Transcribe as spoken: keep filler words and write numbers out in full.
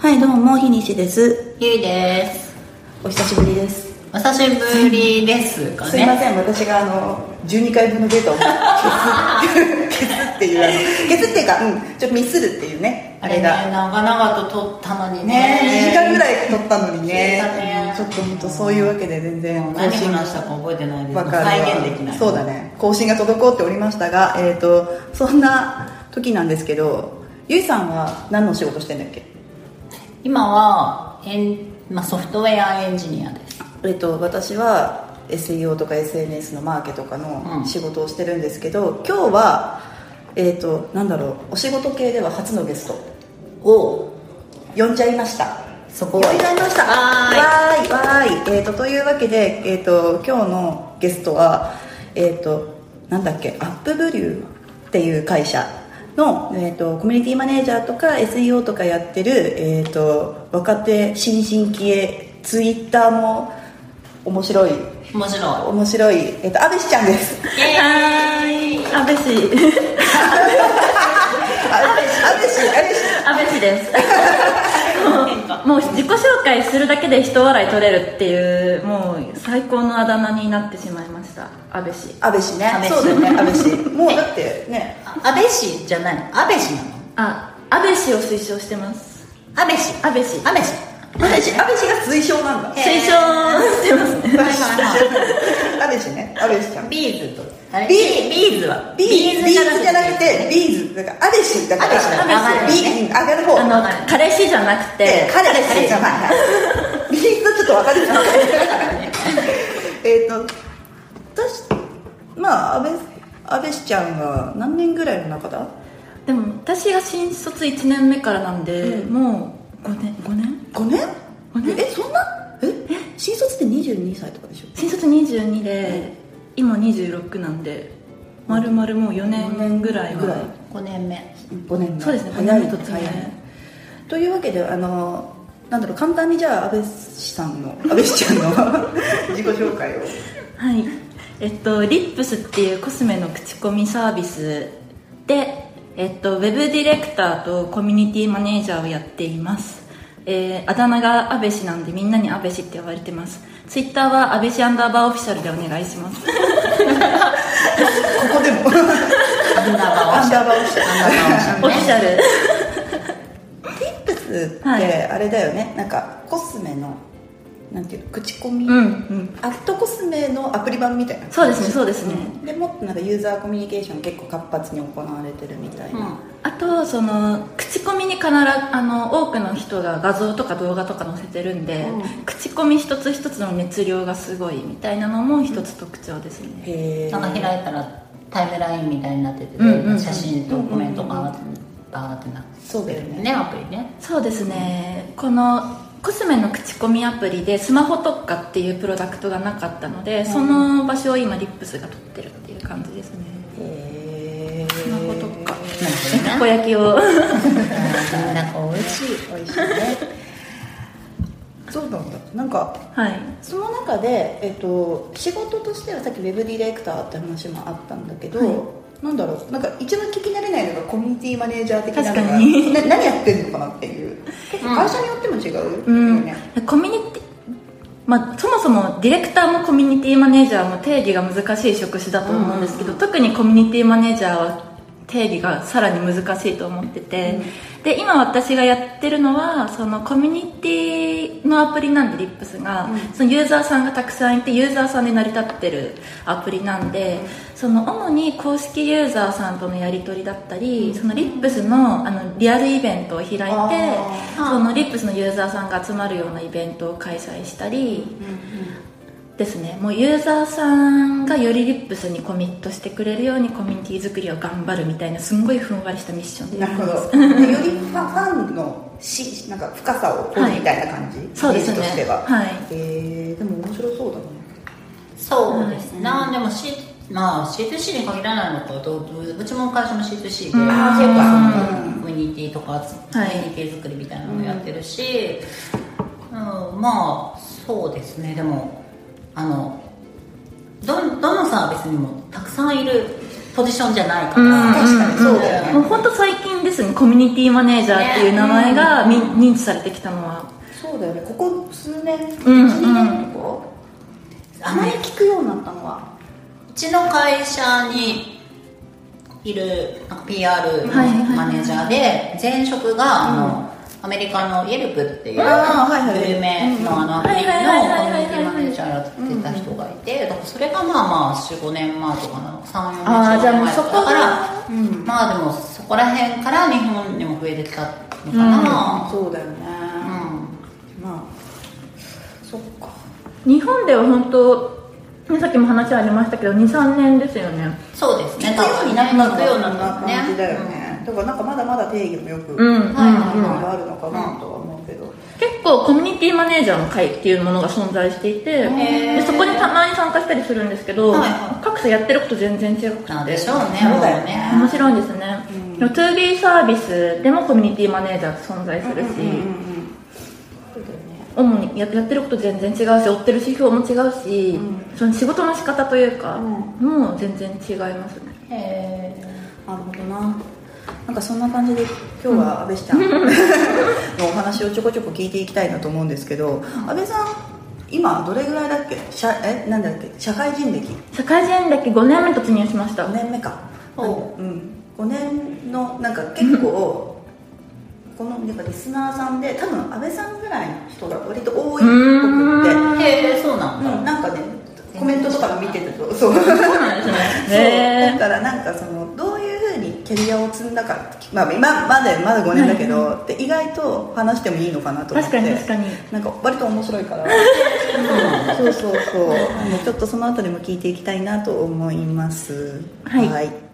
はい、どうも日西です。 ゆいです。 お久しぶりです。 お久しぶりですかね。 すいません、私があのじゅうにかいぶんのデータを消す消すっていうあの消すっていうか、うん、ちょっとミスるっていうね、 あれが長々と撮ったのにね、 ねにじかんぐらい撮ったのにね、 ねちょっと本当そういうわけで全然何話したか覚えてないです。 再現できない。そうだね、更新が滞っておりましたが、えーとそんな時なんですけど、ゆいさんは何のお仕事してんだっけ？ 今はエン、まあ、ソフトウェアエンジニアです。 えっと、私は エスイーオー とか エスエヌエス のマーケとかの仕事をしてるんですけど、うん、今日は、えっと、なんだろう、お仕事系では初のゲストを呼んじゃいました。 そこは呼んじゃいました。わーいわーい、えっと、というわけで、えっと、今日のゲストは、えっと、なんだっけ、アップブリューっていう会社の、えー、とコミュニティマネージャーとか エスイーオー とかやってる、えー、と若手新進気鋭、ツイッターも面白い面白い面白い、えー、と安部氏ちゃんです。 はーい、安部氏安部氏安部氏ですもう自己紹介するだけで人笑い取れるっていう、もう最高のあだ名になってしまいました。安部氏安部氏ね、そうだよね、安部氏もうだってね、 安倍氏じゃないの、安倍氏なの。 あ、安部氏を推奨してます。 安倍氏安部氏安倍氏安倍氏安倍氏が推奨なんだ。 推奨してますね。 安部氏ね、安部氏ちゃん。 ビーズとあれビービーズはビーズじゃなくてビーズだから安部氏だから安部氏上がる方、 あの彼氏じゃなくて彼氏じゃないビーズとちょっと分かるじゃないえっと私まあ安部安部氏ちゃんが何年ぐらいの中だ？ でも私が新卒いちねんめからなんで、うん、もうごねんごねんごねんごねんえ、そんなええ新卒ってにじゅうにさいとかでしょ？ 新卒にじゅうにで、うん、今にじゅうろくなんで丸々もうよねんぐらいはごねんめごねんめそうですね、 早いと早いというわけで、あのなんだろう、簡単にじゃあ安部氏さんの安部氏ちゃんの自己紹介を。 はい、えっとリップスっていうコスメの口コミサービスで、えっと、ウェブディレクターとコミュニティマネージャーをやっています。えー、あだ名が安部氏なんでみんなに安部氏って呼ばれてます。ツイッターは安部氏アンダーバーオフィシャルでお願いしますここでもアンダーバーオフィシャルオフィシャルリップスってあれだよね、はい、なんかコスメのなんていうの、口コミ、うんうん、アットコスメのアプリ版みたいな。 そうですね、そうですね、 うん、でもっとなんかユーザーコミュニケーション結構活発に行われてるみたいな、うん、 あとその口コミに必ずあの多くの人が画像とか動画とか載せてるんで、うん、口コミ一つ一つの熱量がすごいみたいなのも一つ特徴ですね、 うん、へー、なんか開いたらタイムラインみたいになってて、うんうんうん、写真とコメントがバーってなって、 そうだよね、 ね、アプリね。 そうですね、このコスメの口コミアプリでスマホ特化っていうプロダクトがなかったので、うん、その場所を今リップスが取ってるっていう感じですね。 へー、 スマホ特化、たこ焼きをなんか美味しい美味しいねそうなんだ。なんか、はい、その中で、えっと、仕事としてはさっきウェブディレクターって話もあったんだけど、はい、なんだろう、なんか一番聞き慣れないのがコミュニティマネージャー的なのが、確かにな何やってんのかなっていう、結構会社によっても違うよね、 うんうん、コミュニティ、まあ、そもそもディレクターもコミュニティマネージャーも定義が難しい職種だと思うんですけど、うんうんうん、特にコミュニティマネージャーは定義がさらに難しいと思ってて、うん、で今私がやってるのはそのコミュニティのアプリなんでリップスが、うん、そのユーザーさんがたくさんいてユーザーさんで成り立ってるアプリなんで、うん、その主に公式ユーザーさんとのやり取りだったり、うん、そのリップス の, あのリアルイベントを開いてそのリップスのユーザーさんが集まるようなイベントを開催したり、うんうんですね、もうユーザーさんがよりリップスにコミットしてくれるようにコミュニティ作りを頑張るみたいなすんごいふんわりしたミッションでなるほどよりファンのしなんか深さを掘るみたいな感じ、はい、 そうですね、 としては、 はい、 えー、でも面白そうだね。 そうですね、うん、でも C、まあ、シーツーシー に限らないのかと、うちも会社も シーツーシー で、うん、あ結構コミュニティとか、はい、コミュニティ作りみたいなのをやってるし、うんうん、まあそうですね、でもあの ど, どのサービスにもたくさんいるポジションじゃないから、 うん確かにそうだよね。 もう本当最近ですね、コミュニティマネージャーっていう名前が、ね、認知されてきたのは。 そうだよね、ここ数年、 うん、 いち、にねんとか、あまり聞くようになったのは、 うちの会社にいるなんか ピーアール のマネージャーで、前職があのアメリカのイェルプっていうグルメのあのアプリのコミュニティマネージャーやってた人がいて、だからそれがまあまあよん、ごねんまえとかなの、さん、よねんまえとかだから、まあでもそこら辺から日本にも増えてきたのかな。 そうだよね。まあそっか。 日本では本当さっきも話ありましたけどに、さんねんですよね。 そうですね、 多分いなくなったような感じだよね。だからなんかまだまだ定義もよくうんうんうんがあるのかなとは思うけど、 結構コミュニティマネージャーの会っていうものが存在していて、でそこにたまに参加したりするんですけど、はい、各社やってること全然違くて、 でしょうね、 そうだよね、 面白いんですね。うん、ツービー サービスでもコミュニティマネージャーって存在するし、主にやってること全然違うし、追ってる指標も違うし、うん、その仕事の仕方というか、うん、もう全然違いますね。 へー、なるほどな。なんかそんな感じで今日は安倍ちゃんのお話をちょこちょこ聞いていきたいなと思うんですけど、安倍さん今どれぐらいだっけ、社えなんだっけ社会人歴社会人歴ごねんめ突入しました。 ごねんめか。うん、ごねんのなんか結構このやっぱリスナーさんで多分安倍さんぐらいの人が割と多いっぽくって、 へえ、そうなんだ、 うん、なんかねコメントとか見てるとそうそうなんですね。 そうだからなんかそのどういうふうにキャリアを積んだか、まあ、今までまだごねんだけど、はい、で意外と話してもいいのかなと思って、 確かに確かになんか割と面白いからそうそうそうちょっとそのあたりも聞いていきたいなと思います。 はい、 はい。